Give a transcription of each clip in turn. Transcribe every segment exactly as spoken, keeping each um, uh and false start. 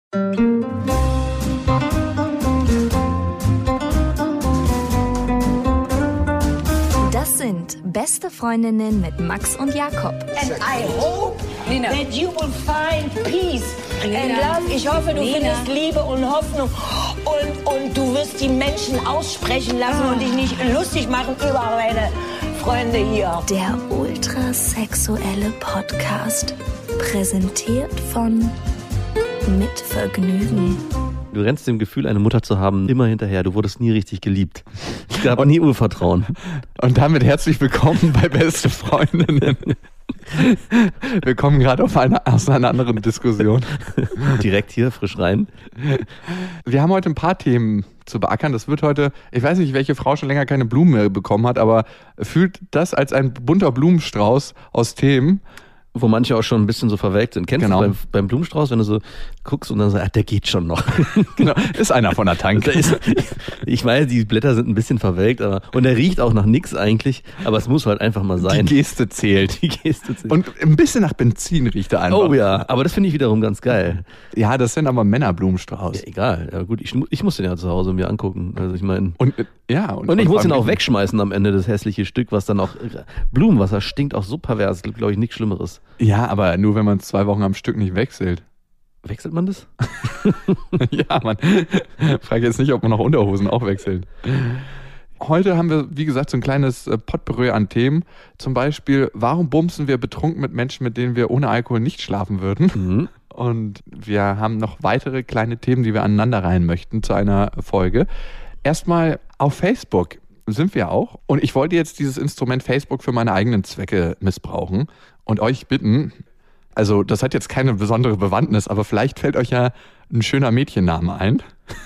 Das sind Beste Freundinnen mit Max und Jakob. And I hope Nina. that you will find peace Nina. and love. Ich hoffe, du Nina. findest Liebe und Hoffnung. Und, und du wirst die Menschen aussprechen lassen und dich nicht lustig machen über meine Freunde hier. Der ultrasexuelle Podcast. Präsentiert von Mit Vergnügen. Du rennst dem Gefühl, eine Mutter zu haben, immer hinterher. Du wurdest nie richtig geliebt. Es gab nie Urvertrauen. Und damit herzlich willkommen bei Beste Freundinnen. Wir kommen gerade auf eine, aus einer anderen Diskussion. Direkt hier, frisch rein. Wir haben heute ein paar Themen zu beackern. Das wird heute, ich weiß nicht, welche Frau schon länger keine Blumen mehr bekommen hat, aber fühlt das als ein bunter Blumenstrauß aus Themen. Wo manche auch schon ein bisschen so verwelkt sind. Kennst genau. du beim, beim Blumenstrauß, wenn du so guckst und dann sagst, ach, der geht schon noch. Genau, ist einer von der Tanke. Ist, ich meine, die Blätter sind ein bisschen verwelkt, aber und der riecht auch nach nichts eigentlich, aber es muss halt einfach mal sein. Die Geste zählt. Die Geste zählt. Und ein bisschen nach Benzin riecht er einfach. Oh ja, aber das finde ich wiederum ganz geil. Ja, das sind aber Männerblumenstrauß. Ja, egal, ja gut, ich, ich muss den ja zu Hause mir angucken. Also ich meine. Und ja. Und, und ich und muss ihn auch wegschmeißen am Ende, das hässliche Stück, was dann auch Blumenwasser stinkt auch so pervers, glaube ich, nichts Schlimmeres. Ja, aber nur wenn man es zwei Wochen am Stück nicht wechselt. Wechselt man das? Ja, man. Frage jetzt nicht, ob man noch Unterhosen auch wechselt. Heute haben wir, wie gesagt, so ein kleines Potpourri an Themen. Zum Beispiel, warum bumsen wir betrunken mit Menschen, mit denen wir ohne Alkohol nicht schlafen würden? Mhm. Und wir haben noch weitere kleine Themen, die wir aneinander reihen möchten zu einer Folge. Erstmal auf Facebook sind wir auch. Und ich wollte jetzt dieses Instrument Facebook für meine eigenen Zwecke missbrauchen und euch bitten, also das hat jetzt keine besondere Bewandtnis, aber vielleicht fällt euch ja ein schöner Mädchenname ein.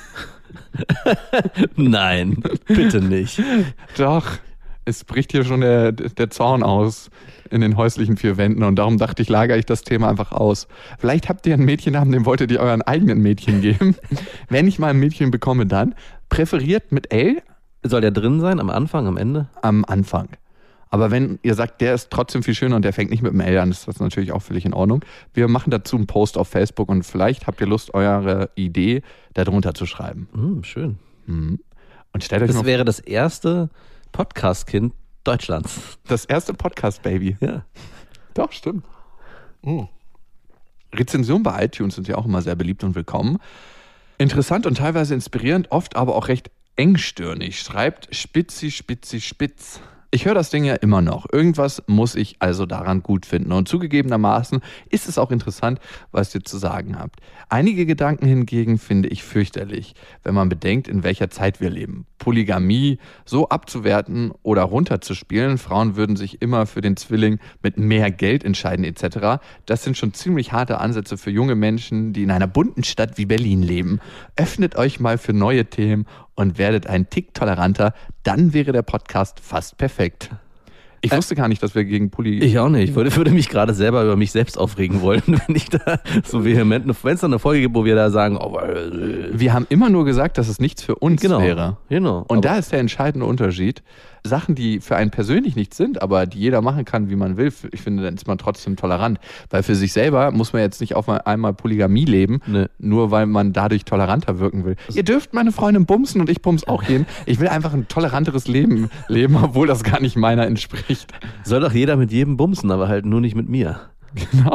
Nein, bitte nicht. Doch, es bricht hier schon der, der Zorn aus in den häuslichen vier Wänden und darum dachte ich, lagere ich das Thema einfach aus. Vielleicht habt ihr einen Mädchennamen, den wolltet ihr euren eigenen Mädchen geben. Wenn ich mal ein Mädchen bekomme, dann präferiert mit L. Soll der drin sein, am Anfang, am Ende? Am Anfang. Aber wenn ihr sagt, der ist trotzdem viel schöner und der fängt nicht mit dem L an, ist das natürlich auch völlig in Ordnung. Wir machen dazu einen Post auf Facebook und vielleicht habt ihr Lust, eure Idee darunter zu schreiben. Mm, schön. Mhm. Und stellt euch das mal wäre das erste Podcast-Kind Deutschlands. Das erste Podcast-Baby. Ja. Doch, stimmt. Mhm. Rezensionen bei iTunes sind ja auch immer sehr beliebt und willkommen. Interessant und teilweise inspirierend, oft aber auch recht engstirnig. Schreibt Spitzi, Spitzi, Spitz. Ich höre das Ding ja immer noch. Irgendwas muss ich also daran gut finden. Und zugegebenermaßen ist es auch interessant, was ihr zu sagen habt. Einige Gedanken hingegen finde ich fürchterlich, wenn man bedenkt, in welcher Zeit wir leben. Polygamie so abzuwerten oder runterzuspielen, Frauen würden sich immer für den Zwilling mit mehr Geld entscheiden et cetera. Das sind schon ziemlich harte Ansätze für junge Menschen, die in einer bunten Stadt wie Berlin leben. Öffnet euch mal für neue Themen und werdet ein Tick toleranter, dann wäre der Podcast fast perfekt. Ich wusste gar nicht, dass wir gegen Poly... Ich auch nicht. Ich würde, würde mich gerade selber über mich selbst aufregen wollen, wenn ich da so vehement... Wenn es dann eine Folge gibt, wo wir da sagen... Oh, äh, wir haben immer nur gesagt, dass es nichts für uns genau, wäre. Genau. Und da ist der entscheidende Unterschied. Sachen, die für einen persönlich nichts sind, aber die jeder machen kann, wie man will, ich finde, dann ist man trotzdem tolerant. Weil für sich selber muss man jetzt nicht auf einmal Polygamie leben, nee. Nur weil man dadurch toleranter wirken will. Also ihr dürft meine Freundin bumsen und ich bums auch jeden. Ich will einfach ein toleranteres Leben leben, obwohl das gar nicht meiner entspricht. Soll doch jeder mit jedem bumsen, aber halt nur nicht mit mir. Genau.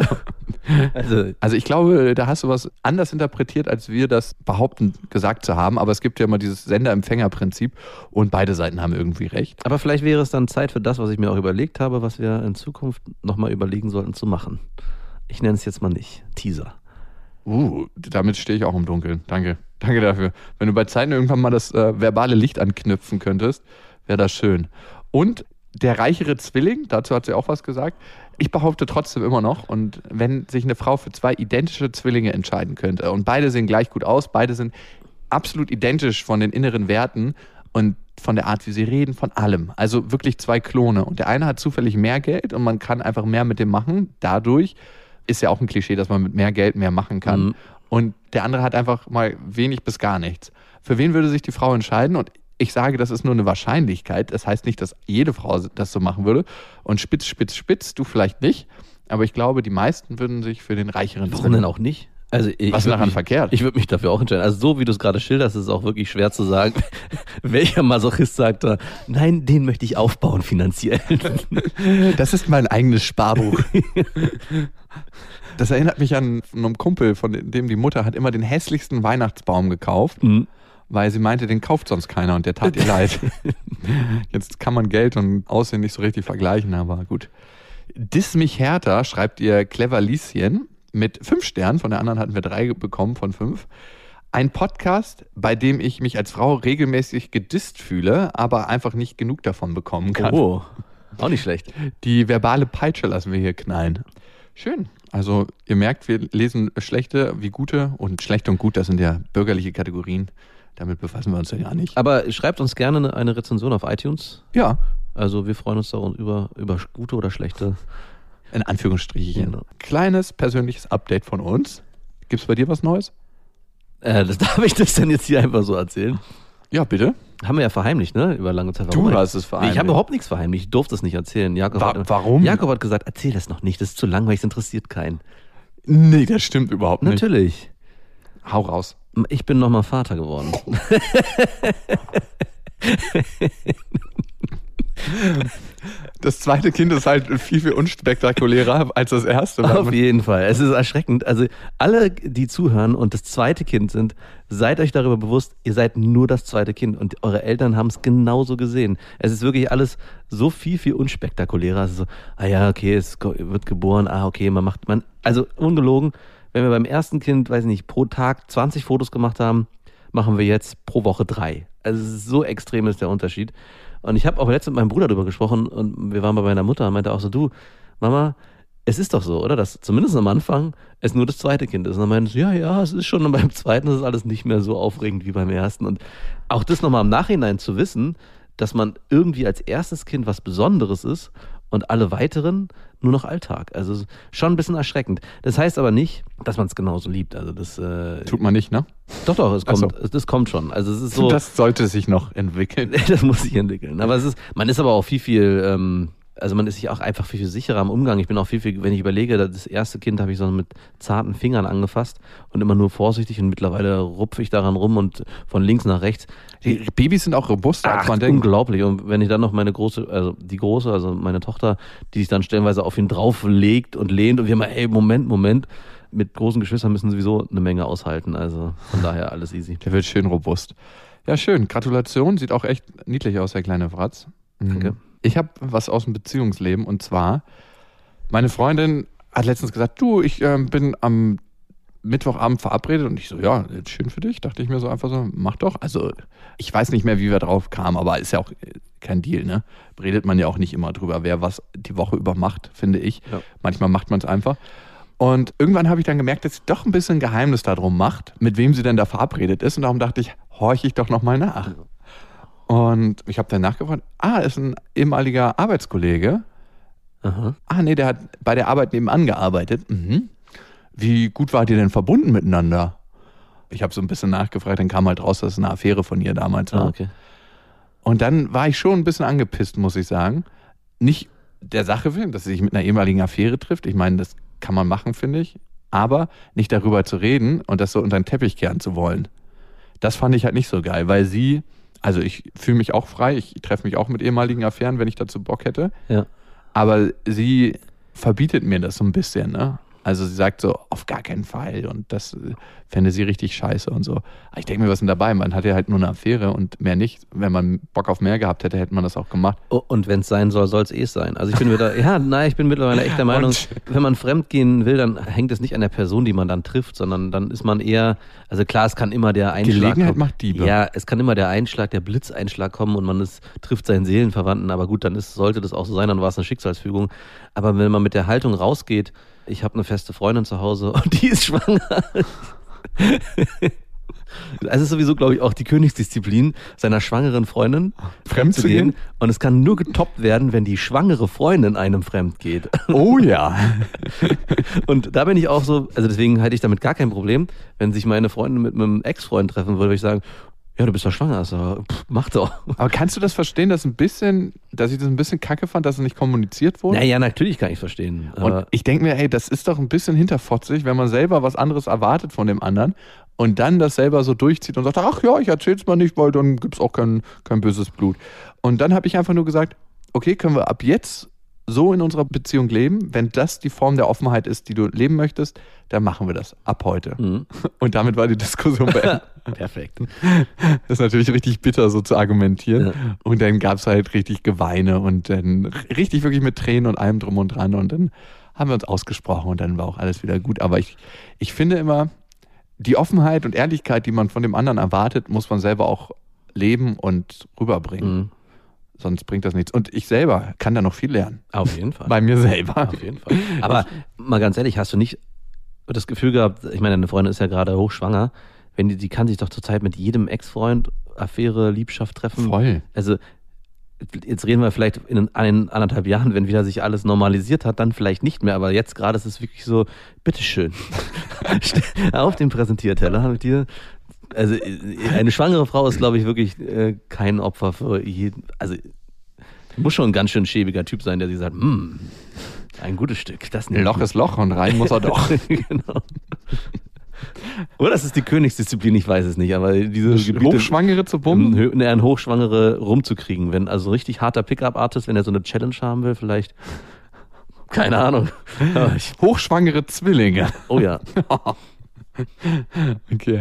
Also, also ich glaube, da hast du was anders interpretiert, als wir das behaupten gesagt zu haben. Aber es gibt ja immer dieses Sender-Empfänger-Prinzip und beide Seiten haben irgendwie recht. Aber vielleicht wäre es dann Zeit für das, was ich mir auch überlegt habe, was wir in Zukunft nochmal überlegen sollten zu machen. Ich nenne es jetzt mal nicht Teaser. Uh, damit stehe ich auch im Dunkeln. Danke. Danke dafür. Wenn du bei Zeiten irgendwann mal das äh, verbale Licht anknüpfen könntest, wäre das schön. Und der reichere Zwilling, dazu hat sie auch was gesagt. Ich behaupte trotzdem immer noch, und wenn sich eine Frau für zwei identische Zwillinge entscheiden könnte und beide sehen gleich gut aus, beide sind absolut identisch von den inneren Werten und von der Art, wie sie reden, von allem. Also wirklich zwei Klone. Und der eine hat zufällig mehr Geld und man kann einfach mehr mit dem machen. Dadurch ist ja auch ein Klischee, dass man mit mehr Geld mehr machen kann. Mhm. Und der andere hat einfach mal wenig bis gar nichts. Für wen würde sich die Frau entscheiden? Und ich sage, das ist nur eine Wahrscheinlichkeit. Das heißt nicht, dass jede Frau das so machen würde. Und spitz, spitz, spitz, du vielleicht nicht. Aber ich glaube, die meisten würden sich für den reicheren... Warum denn auch nicht? Also ich Was ist daran mich, verkehrt? Ich würde mich dafür auch entscheiden. Also so wie du es gerade schilderst, ist es auch wirklich schwer zu sagen, welcher Masochist sagt da, nein, den möchte ich aufbauen finanziell. Das ist mein eigenes Sparbuch. Das erinnert mich an einen Kumpel, von dem die Mutter hat immer den hässlichsten Weihnachtsbaum gekauft, mhm. weil sie meinte, den kauft sonst keiner und der tat ihr leid. Jetzt kann man Geld und Aussehen nicht so richtig vergleichen, aber gut. Diss mich härter, schreibt ihr Clever Lieschen. Mit fünf Sternen, von der anderen hatten wir drei bekommen von fünf. Ein Podcast, bei dem ich mich als Frau regelmäßig gedisst fühle, aber einfach nicht genug davon bekommen kann. Oh, auch nicht schlecht. Die verbale Peitsche lassen wir hier knallen. Schön. Also ihr merkt, wir lesen schlechte wie gute und schlecht und gut, das sind ja bürgerliche Kategorien. Damit befassen wir uns ja gar nicht. Aber schreibt uns gerne eine Rezension auf iTunes. Ja. Also wir freuen uns da über, über gute oder schlechte. In Anführungsstrichen. Genau. Kleines persönliches Update von uns. Gibt es bei dir was Neues? Äh, das darf ich das denn jetzt hier einfach so erzählen? Ja, bitte. Haben wir ja verheimlicht, ne? Über lange Zeit. Du hast es verheimlicht. Ich habe überhaupt nichts verheimlicht. Ich durfte es nicht erzählen. Jakob Wa- hat, warum? Jakob hat gesagt, erzähl das noch nicht. Das ist zu langweilig, es interessiert keinen. Nee, das stimmt überhaupt nicht. Natürlich. Hau raus. Ich bin nochmal Vater geworden. Das zweite Kind ist halt viel, viel unspektakulärer als das erste. Auf jeden Fall. Es ist erschreckend. Also alle, die zuhören und das zweite Kind sind, seid euch darüber bewusst, ihr seid nur das zweite Kind und eure Eltern haben es genauso gesehen. Es ist wirklich alles so viel, viel unspektakulärer. Also so, ah ja, okay, es wird geboren, ah okay, man macht, man, also ungelogen, wenn wir beim ersten Kind, weiß ich nicht, pro Tag zwanzig Fotos gemacht haben, machen wir jetzt pro Woche drei. Also es ist so extrem ist der Unterschied. Und ich habe auch letztens mit meinem Bruder darüber gesprochen und wir waren bei meiner Mutter und meinte auch so, du, Mama, es ist doch so, oder? Dass zumindest am Anfang es nur das zweite Kind ist. Und dann meinte sie, ja, ja, es ist schon, und beim zweiten ist es alles nicht mehr so aufregend wie beim ersten. Und auch das nochmal im Nachhinein zu wissen, dass man irgendwie als erstes Kind was Besonderes ist und alle weiteren nur noch Alltag. Also schon ein bisschen erschreckend. Das heißt aber nicht, dass man es genauso liebt. Also das äh, tut man nicht, ne? Doch, doch, es kommt, so. das kommt schon. Also es ist so. Das sollte sich noch entwickeln. Das muss sich entwickeln. Aber es ist, man ist aber auch viel, viel, ähm, also man ist sich auch einfach viel, viel sicherer im Umgang. Ich bin auch viel, viel, wenn ich überlege, das erste Kind habe ich so mit zarten Fingern angefasst und immer nur vorsichtig und mittlerweile rupfe ich daran rum und von links nach rechts. Die Babys sind auch robuster, als Ach, man denkt. Unglaublich. Und wenn ich dann noch meine große, also die große, also meine Tochter, die sich dann stellenweise auf ihn drauflegt und lehnt und wir mal, ey, Moment, Moment. Mit großen Geschwistern müssen sowieso eine Menge aushalten. Also von daher alles easy. Der wird schön robust. Ja, schön. Gratulation. Sieht auch echt niedlich aus, der kleine Fratz. Danke. Ich habe was aus dem Beziehungsleben und zwar, meine Freundin hat letztens gesagt, du, ich äh, bin am Mittwochabend verabredet und ich so, ja, schön für dich, dachte ich mir so einfach so, mach doch. Also ich weiß nicht mehr, wie wir drauf kamen, aber ist ja auch kein Deal, ne? Redet man ja auch nicht immer drüber, wer was die Woche über macht, finde ich. Ja. Manchmal macht man es einfach. Und irgendwann habe ich dann gemerkt, dass sie doch ein bisschen Geheimnis darum macht, mit wem sie denn da verabredet ist. Und darum dachte ich, horche ich doch nochmal nach. Und ich habe dann nachgefragt, ah, ist ein ehemaliger Arbeitskollege. Aha. Ah, nee, der hat bei der Arbeit nebenan gearbeitet. Mhm. Wie gut wart ihr denn verbunden miteinander? Ich habe so ein bisschen nachgefragt, dann kam halt raus, dass es eine Affäre von ihr damals war. Ah, okay. Und dann war ich schon ein bisschen angepisst, muss ich sagen. Nicht der Sache willen, dass sie sich mit einer ehemaligen Affäre trifft. Ich meine, das kann man machen, finde ich. Aber nicht darüber zu reden und das so unter den Teppich kehren zu wollen. Das fand ich halt nicht so geil, weil sie, also ich fühle mich auch frei, ich treffe mich auch mit ehemaligen Affären, wenn ich dazu Bock hätte. Ja. Aber sie verbietet mir das so ein bisschen, ne? Also sie sagt so, auf gar keinen Fall und das fände sie richtig scheiße und so. Aber ich denke mir, was ist denn dabei? Man hat ja halt nur eine Affäre und mehr nicht. Wenn man Bock auf mehr gehabt hätte, hätte man das auch gemacht. Oh, und wenn es sein soll, soll es eh sein. Also ich bin wieder, ja, nein, ich bin mittlerweile echt der Meinung, und wenn man fremdgehen will, dann hängt es nicht an der Person, die man dann trifft, sondern dann ist man eher, also klar, es kann immer der Einschlag Gelegenheit kommen. macht Diebe. Ja, es kann immer der Einschlag, der Blitzeinschlag kommen und man ist, trifft seinen Seelenverwandten, aber gut, dann ist, sollte das auch so sein, dann war es eine Schicksalsfügung. Aber wenn man mit der Haltung rausgeht, ich habe eine feste Freundin zu Hause und die ist schwanger. Es ist sowieso, glaube ich, auch die Königsdisziplin, seiner schwangeren Freundin fremd zu gehen. Und es kann nur getoppt werden, wenn die schwangere Freundin einem fremd geht. Oh ja. Und da bin ich auch so, also deswegen hätte ich damit gar kein Problem, wenn sich meine Freundin mit meinem Ex-Freund treffen würde, würde ich sagen, Ja, du bist doch schwanger, also pff, mach doch. Aber kannst du das verstehen, dass ein bisschen, dass ich das ein bisschen kacke fand, dass es nicht kommuniziert wurde? Naja, natürlich kann ich verstehen. Und ich denke mir, ey, das ist doch ein bisschen hinterfotzig, wenn man selber was anderes erwartet von dem anderen und dann das selber so durchzieht und sagt, ach ja, ich erzähl's mal nicht, weil dann gibt's auch kein, kein böses Blut. Und dann habe ich einfach nur gesagt, okay, können wir ab jetzt so in unserer Beziehung leben, wenn das die Form der Offenheit ist, die du leben möchtest, dann machen wir das ab heute. Mhm. Und damit war die Diskussion beendet. Perfekt. Das ist natürlich richtig bitter, so zu argumentieren. Ja. Und dann gab es halt richtig Geweine und dann richtig wirklich mit Tränen und allem drum und dran. Und dann haben wir uns ausgesprochen und dann war auch alles wieder gut. Aber ich, ich finde immer, die Offenheit und Ehrlichkeit, die man von dem anderen erwartet, muss man selber auch leben und rüberbringen. Mhm. Sonst bringt das nichts. Und ich selber kann da noch viel lernen. Auf jeden Fall. Bei mir selber. Auf jeden Fall. Aber mal ganz ehrlich, hast du nicht das Gefühl gehabt, ich meine, deine Freundin ist ja gerade hochschwanger, wenn die, die kann sich doch zurzeit mit jedem Ex-Freund, Affäre, Liebschaft treffen. Voll. Also jetzt reden wir vielleicht in ein, anderthalb Jahren, wenn wieder sich alles normalisiert hat, dann vielleicht nicht mehr. Aber jetzt gerade ist es wirklich so, bitteschön. Auf dem Präsentierteller mit dir. Also eine schwangere Frau ist, glaube ich, wirklich äh, kein Opfer für jeden. Also muss schon ein ganz schön schäbiger Typ sein, der sich sagt, hm, ein gutes Stück. Das ein Loch ist Loch und rein muss er doch. Genau. Oder das ist die Königsdisziplin, ich weiß es nicht, aber diese Gebiete, Hochschwangere zu bummen? Ein Hochschwangere rumzukriegen, wenn also richtig harter Pickup-Artist, wenn er so eine Challenge haben will, vielleicht, keine Ahnung. Hochschwangere Zwillinge. Oh ja. Okay.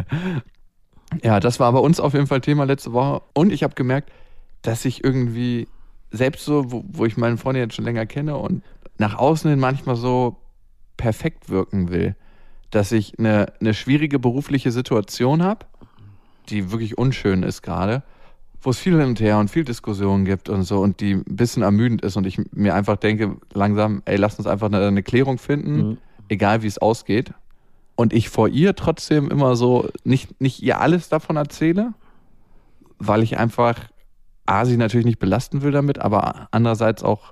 Ja, das war bei uns auf jeden Fall Thema letzte Woche. Und ich habe gemerkt, dass ich irgendwie, selbst so, wo, wo ich meine Freundin jetzt schon länger kenne und nach außen hin manchmal so perfekt wirken will, dass ich eine, eine schwierige berufliche Situation habe, die wirklich unschön ist gerade, wo es viel hin und her und viel Diskussion gibt und so und die ein bisschen ermüdend ist und ich mir einfach denke, langsam, ey, lass uns einfach eine, eine Klärung finden, mhm. egal wie es ausgeht. Und ich vor ihr trotzdem immer so nicht, nicht ihr alles davon erzähle, weil ich einfach A, sie natürlich nicht belasten will damit, aber andererseits auch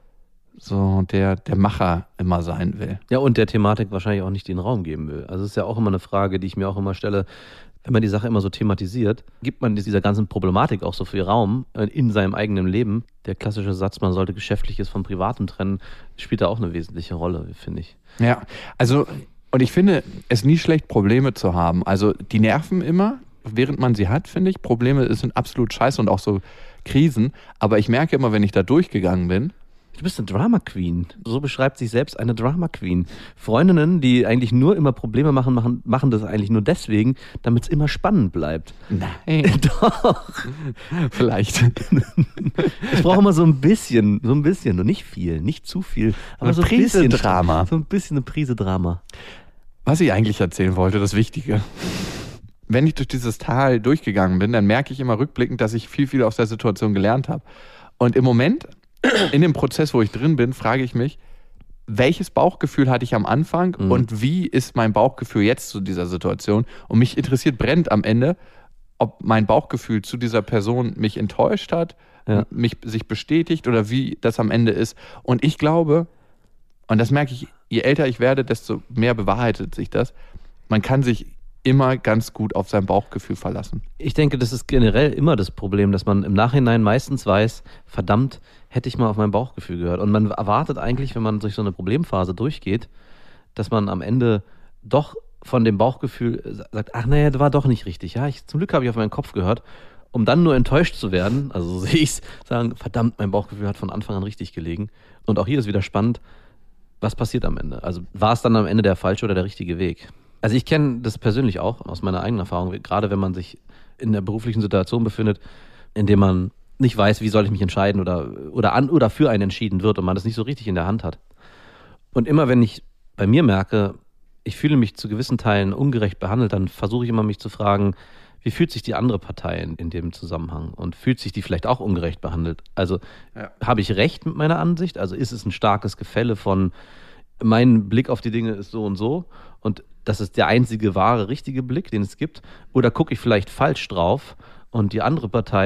so der, der Macher immer sein will. Ja, und der Thematik wahrscheinlich auch nicht den Raum geben will. Also es ist ja auch immer eine Frage, die ich mir auch immer stelle, wenn man die Sache immer so thematisiert, gibt man dieser ganzen Problematik auch so viel Raum in seinem eigenen Leben. Der klassische Satz, man sollte Geschäftliches von Privatem trennen, spielt da auch eine wesentliche Rolle, finde ich. Ja, also und ich finde es nie schlecht, Probleme zu haben. Also die nerven immer, während man sie hat, finde ich. Probleme sind absolut scheiße und auch so Krisen. Aber ich merke immer, wenn ich da durchgegangen bin, du bist eine Drama Queen. So beschreibt sich selbst eine Drama Queen. Freundinnen, die eigentlich nur immer Probleme machen, machen, machen das eigentlich nur deswegen, damit es immer spannend bleibt. Nein. Doch. Vielleicht. Ich brauche immer so ein bisschen, so ein bisschen, und nicht viel, nicht zu viel, aber eine so ein Prise bisschen Drama. So ein bisschen eine Prise Drama. Was ich eigentlich erzählen wollte, das Wichtige. Wenn ich durch dieses Tal durchgegangen bin, dann merke ich immer rückblickend, dass ich viel, viel aus der Situation gelernt habe. Und im Moment, in dem Prozess, wo ich drin bin, frage ich mich, welches Bauchgefühl hatte ich am Anfang mhm. und wie ist mein Bauchgefühl jetzt zu dieser Situation? Und mich interessiert brennend am Ende, ob mein Bauchgefühl zu dieser Person mich enttäuscht hat, ja. mich sich bestätigt oder wie das am Ende ist. Und ich glaube, und das merke ich, je älter ich werde, desto mehr bewahrheitet sich das, man kann sich immer ganz gut auf sein Bauchgefühl verlassen. Ich denke, das ist generell immer das Problem, dass man im Nachhinein meistens weiß, verdammt, hätte ich mal auf mein Bauchgefühl gehört. Und man erwartet eigentlich, wenn man durch so eine Problemphase durchgeht, dass man am Ende doch von dem Bauchgefühl sagt, ach naja, das war doch nicht richtig. Ja, ich, zum Glück habe ich auf meinen Kopf gehört, um dann nur enttäuscht zu werden, also so sehe ich es, sagen, verdammt, mein Bauchgefühl hat von Anfang an richtig gelegen. Und auch hier ist wieder spannend, was passiert am Ende? Also war es dann am Ende der falsche oder der richtige Weg? Also ich kenne das persönlich auch aus meiner eigenen Erfahrung, gerade wenn man sich in der beruflichen Situation befindet, in der man nicht weiß, wie soll ich mich entscheiden oder, oder an oder für einen entschieden wird und man das nicht so richtig in der Hand hat. Und immer wenn ich bei mir merke, ich fühle mich zu gewissen Teilen ungerecht behandelt, dann versuche ich immer mich zu fragen, wie fühlt sich die andere Partei in, in dem Zusammenhang und fühlt sich die vielleicht auch ungerecht behandelt? Also ja. Habe ich recht mit meiner Ansicht? Also ist es ein starkes Gefälle von, mein Blick auf die Dinge ist so und so und das ist der einzige wahre, richtige Blick, den es gibt? Oder gucke ich vielleicht falsch drauf und die andere Partei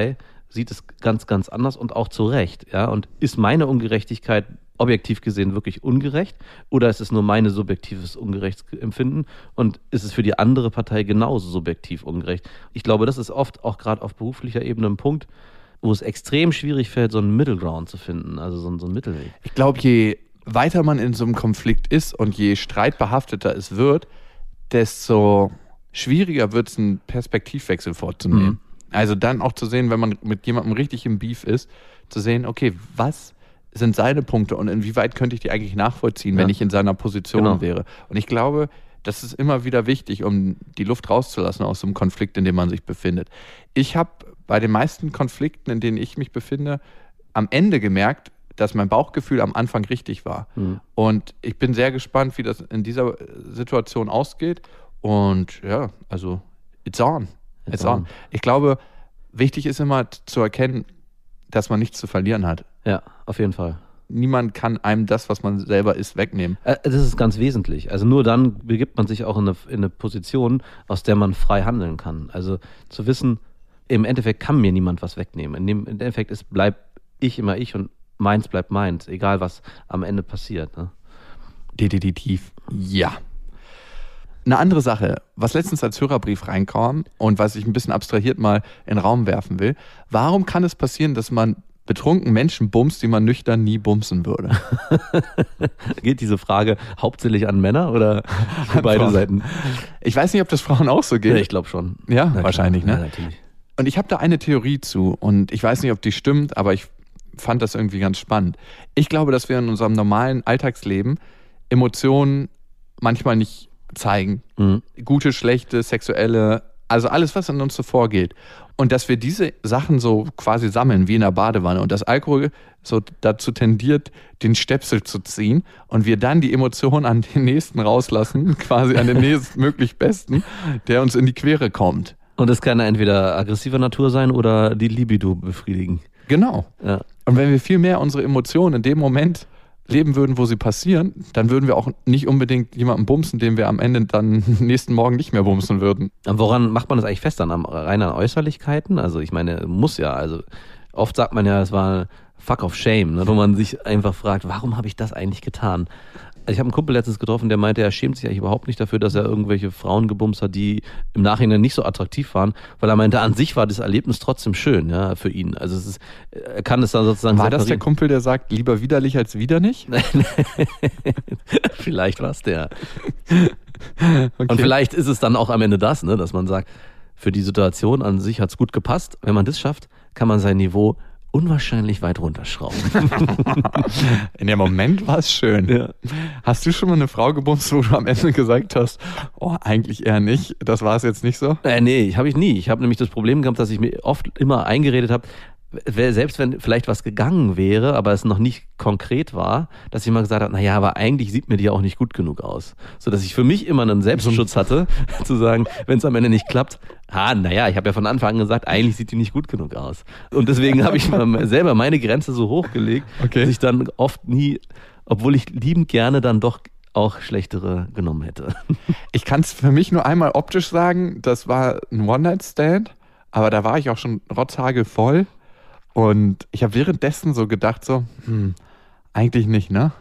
sieht es ganz, ganz anders und auch zu Recht. Ja? Und ist meine Ungerechtigkeit objektiv gesehen wirklich ungerecht oder ist es nur meine subjektives Ungerechtsempfinden und ist es für die andere Partei genauso subjektiv ungerecht? Ich glaube, das ist oft auch gerade auf beruflicher Ebene ein Punkt, wo es extrem schwierig fällt, so einen Middle Ground zu finden, also so, so einen Mittelweg. Ich glaube, je weiter man in so einem Konflikt ist und je streitbehafteter es wird, desto schwieriger wird es, einen Perspektivwechsel vorzunehmen. Mhm. Also dann auch zu sehen, wenn man mit jemandem richtig im Beef ist, zu sehen, okay, was sind seine Punkte und inwieweit könnte ich die eigentlich nachvollziehen, ja. wenn ich in seiner Position genau. wäre. Und ich glaube, das ist immer wieder wichtig, um die Luft rauszulassen aus so einem Konflikt, in dem man sich befindet. Ich habe bei den meisten Konflikten, in denen ich mich befinde, am Ende gemerkt, dass mein Bauchgefühl am Anfang richtig war. Mhm. Und ich bin sehr gespannt, wie das in dieser Situation ausgeht. Und ja, also it's on. It's, it's on. on. Ich glaube, wichtig ist immer zu erkennen, dass man nichts zu verlieren hat. Ja, auf jeden Fall. Niemand kann einem das, was man selber ist, wegnehmen. Das ist ganz wesentlich. Also nur dann begibt man sich auch in eine, in eine Position, aus der man frei handeln kann. Also zu wissen, im Endeffekt kann mir niemand was wegnehmen. In dem, im Endeffekt ist, bleib ich immer ich und meins bleibt meins, egal was am Ende passiert. Ne? Definitiv. Ja. Eine andere Sache, was letztens als Hörerbrief reinkam und was ich ein bisschen abstrahiert mal in den Raum werfen will. Warum kann es passieren, dass man betrunken Menschen bumst, die man nüchtern nie bumsen würde? Geht diese Frage hauptsächlich an Männer oder für beide Frauen. Seiten? Ich weiß nicht, ob das Frauen auch so geht. Ja, ich glaube schon. Ja, Na, wahrscheinlich, klar. ne? Ja, natürlich. Und ich habe da eine Theorie zu und ich weiß nicht, ob die stimmt, aber ich fand das irgendwie ganz spannend. Ich glaube, dass wir in unserem normalen Alltagsleben Emotionen manchmal nicht zeigen. Mhm. Gute, schlechte, sexuelle, also alles, was in uns so vorgeht. Und dass wir diese Sachen so quasi sammeln, wie in der Badewanne. Und dass Alkohol so dazu tendiert, den Stöpsel zu ziehen. Und wir dann die Emotionen an den Nächsten rauslassen, quasi an den nächstmöglich Besten, der uns in die Quere kommt. Und es kann entweder aggressiver Natur sein oder die Libido befriedigen. Genau. Ja. Und wenn wir viel mehr unsere Emotionen in dem Moment leben würden, wo sie passieren, dann würden wir auch nicht unbedingt jemanden bumsen, den wir am Ende dann nächsten Morgen nicht mehr bumsen würden. Und woran macht man das eigentlich fest? Dann am rein an Äußerlichkeiten? Also ich meine, muss ja. Also oft sagt man ja, es war Fuck of Shame, ne, wo man sich einfach fragt, warum habe ich das eigentlich getan? Also ich habe einen Kumpel letztens getroffen, der meinte, er schämt sich eigentlich überhaupt nicht dafür, dass er irgendwelche Frauen gebumst hat, die im Nachhinein nicht so attraktiv waren, weil er meinte, an sich war das Erlebnis trotzdem schön, ja, für ihn. Also es ist, er kann es dann sozusagen War das der Kumpel, der sagt, lieber widerlich als wieder nicht? Vielleicht war es der. Okay. Und vielleicht ist es dann auch am Ende das, ne, dass man sagt, für die Situation an sich hat es gut gepasst. Wenn man das schafft, kann man sein Niveau unwahrscheinlich weit runterschrauben. In dem Moment war es schön. Ja. Hast du schon mal eine Frau gebumst, wo du am Ende gesagt hast, oh, eigentlich eher nicht, das war es jetzt nicht so? Äh, nee, habe ich nie. Ich habe nämlich das Problem gehabt, dass ich mir oft immer eingeredet habe, selbst wenn vielleicht was gegangen wäre, aber es noch nicht konkret war, dass ich immer gesagt habe, naja, aber eigentlich sieht mir die auch nicht gut genug aus. So dass ich für mich immer einen Selbstschutz hatte, zu sagen, wenn es am Ende nicht klappt, ah, naja, ich habe ja von Anfang an gesagt, eigentlich sieht die nicht gut genug aus. Und deswegen habe ich mal selber meine Grenze so hochgelegt, okay. dass ich dann oft nie, obwohl ich liebend gerne dann doch auch schlechtere genommen hätte. Ich kann es für mich nur einmal optisch sagen, das war ein One-Night-Stand, aber da war ich auch schon rotzhagelvoll. Und ich habe währenddessen so gedacht, so, hm, eigentlich nicht, ne?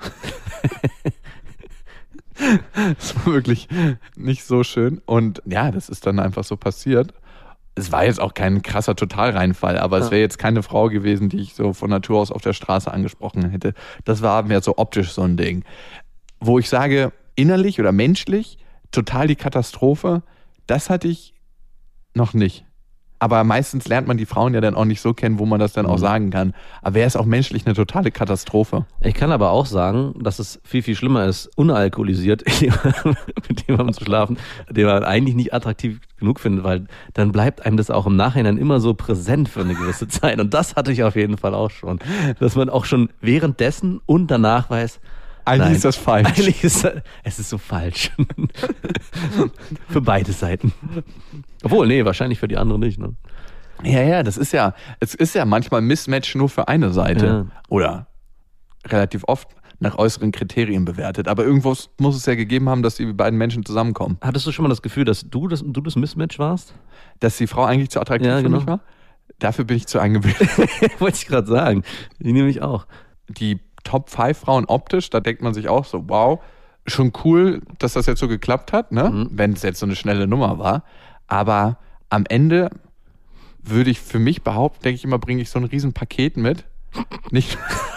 Das war wirklich nicht so schön. Und ja, das ist dann einfach so passiert. Es war jetzt auch kein krasser Totalreinfall, aber ja. Es wäre jetzt keine Frau gewesen, die ich so von Natur aus auf der Straße angesprochen hätte. Das war mehr so optisch so ein Ding. Wo ich sage, innerlich oder menschlich, total die Katastrophe, das hatte ich noch nicht. Aber meistens lernt man die Frauen ja dann auch nicht so kennen, wo man das dann auch sagen kann. Aber wäre es auch menschlich eine totale Katastrophe. Ich kann aber auch sagen, dass es viel, viel schlimmer ist, unalkoholisiert mit jemandem zu schlafen, den man eigentlich nicht attraktiv genug findet, weil dann bleibt einem das auch im Nachhinein immer so präsent für eine gewisse Zeit. Und das hatte ich auf jeden Fall auch schon. Dass man auch schon währenddessen und danach weiß, eigentlich nein, ist das falsch. Eigentlich ist das, es ist so falsch. Für beide Seiten. Obwohl, nee, wahrscheinlich für die andere nicht, ne? Ja, ja, das ist ja, es ist ja manchmal ein Mismatch nur für eine Seite. Ja. Oder relativ oft nach äußeren Kriterien bewertet. Aber irgendwo muss es ja gegeben haben, dass die beiden Menschen zusammenkommen. Hattest du schon mal das Gefühl, dass du das, du das Mismatch warst? Dass die Frau eigentlich zu attraktiv ja, für genau. mich war? Dafür bin ich zu eingebildet. Wollte ich gerade sagen. Die nehme ich auch. Die Top fünf Frauen optisch, da denkt man sich auch so, wow, schon cool, dass das jetzt so geklappt hat, ne? Mhm. Wenn es jetzt so eine schnelle Nummer war. Aber am Ende würde ich für mich behaupten, denke ich immer, bringe ich so ein riesen Paket mit. Nicht...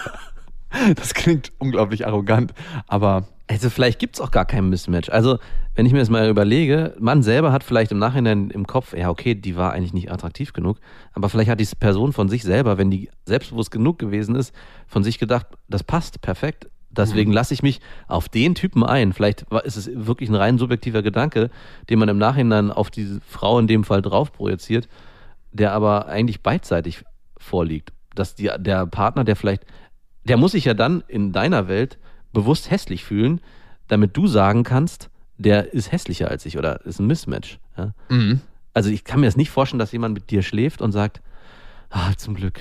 Das klingt unglaublich arrogant, aber... Also vielleicht gibt es auch gar kein Mismatch. Also wenn ich mir das mal überlege, man selber hat vielleicht im Nachhinein im Kopf, ja okay, die war eigentlich nicht attraktiv genug, aber vielleicht hat diese Person von sich selber, wenn die selbstbewusst genug gewesen ist, von sich gedacht, das passt perfekt, deswegen mhm. lasse ich mich auf den Typen ein. Vielleicht ist es wirklich ein rein subjektiver Gedanke, den man im Nachhinein auf diese Frau in dem Fall drauf projiziert, der aber eigentlich beidseitig vorliegt. Dass die, der Partner, der vielleicht... Der muss sich ja dann in deiner Welt bewusst hässlich fühlen, damit du sagen kannst, der ist hässlicher als ich oder ist ein Mismatch. Ja? Mhm. Also ich kann mir das nicht vorstellen, dass jemand mit dir schläft und sagt, ah, zum Glück,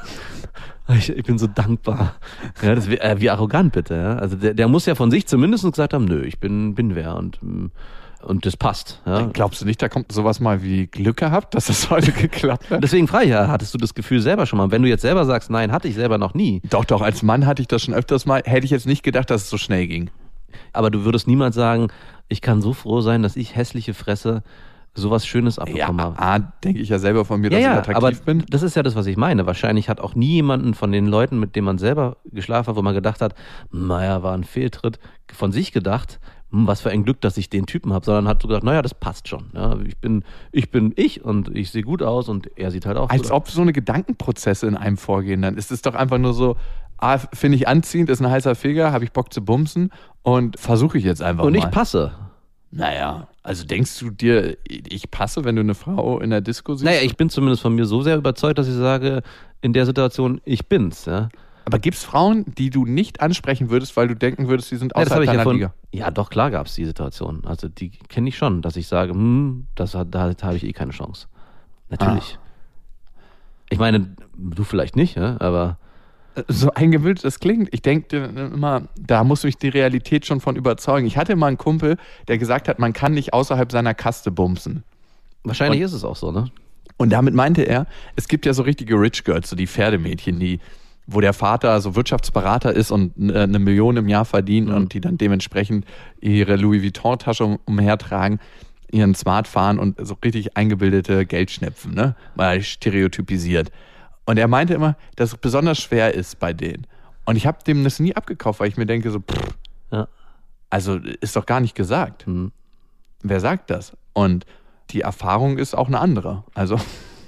ich, ich bin so dankbar. Ja, das, äh, wie arrogant bitte. Ja? Also der, der muss ja von sich zumindest gesagt haben, nö, ich bin, bin wer und... Und das passt. Ja. Glaubst du nicht, da kommt sowas mal wie Glück gehabt, dass das heute geklappt hat? Deswegen frage ich ja, hattest du das Gefühl selber schon mal? Wenn du jetzt selber sagst, nein, hatte ich selber noch nie. Doch, doch, als Mann hatte ich das schon öfters mal. Hätte ich jetzt nicht gedacht, dass es so schnell ging. Aber du würdest niemals sagen, ich kann so froh sein, dass ich hässliche Fresse sowas Schönes abbekommen ja, habe. A, denke ich ja selber von mir, ja, dass ja, ich attraktiv aber bin. Das ist ja das, was ich meine. Wahrscheinlich hat auch nie jemanden von den Leuten, mit denen man selber geschlafen hat, wo man gedacht hat, naja, war ein Fehltritt, von sich gedacht, was für ein Glück, dass ich den Typen habe, sondern hat so gedacht, naja, das passt schon. Ja, ich bin ich bin ich und ich sehe gut aus und er sieht halt auch Als gut ob aus. so eine Gedankenprozesse in einem vorgehen, dann ist es doch einfach nur so, ah, finde ich anziehend, ist ein heißer Finger, habe ich Bock zu bumsen und versuche ich jetzt einfach und mal. Und ich passe. Naja, also denkst du dir, ich passe, wenn du eine Frau in der Disco siehst? Naja, ich bin zumindest von mir so sehr überzeugt, dass ich sage, in der Situation, ich bin's, ja. Aber gibt es Frauen, die du nicht ansprechen würdest, weil du denken würdest, die sind außerhalb ja, deiner ja von, Liga? Ja, doch, klar gab es die Situation. Also die kenne ich schon, dass ich sage, hm, das hat, da, da habe ich eh keine Chance. Natürlich. Ah. Ich meine, du vielleicht nicht, ja, aber... So eingebildet das klingt. Ich denke immer, da muss mich die Realität schon von überzeugen. Ich hatte mal einen Kumpel, der gesagt hat, man kann nicht außerhalb seiner Kaste bumsen. Wahrscheinlich und, ist es auch so, ne? Und damit meinte er, es gibt ja so richtige Rich Girls, so die Pferdemädchen, die... wo der Vater so Wirtschaftsberater ist und eine Million im Jahr verdient mhm. und die dann dementsprechend ihre Louis Vuitton-Tasche um, umhertragen, ihren Smart fahren und so richtig eingebildete Geldschnepfen, ne? Mal stereotypisiert. Und er meinte immer, dass es besonders schwer ist bei denen. Und ich habe dem das nie abgekauft, weil ich mir denke so, pff, ja. also ist doch gar nicht gesagt. Mhm. Wer sagt das? Und die Erfahrung ist auch eine andere. Also...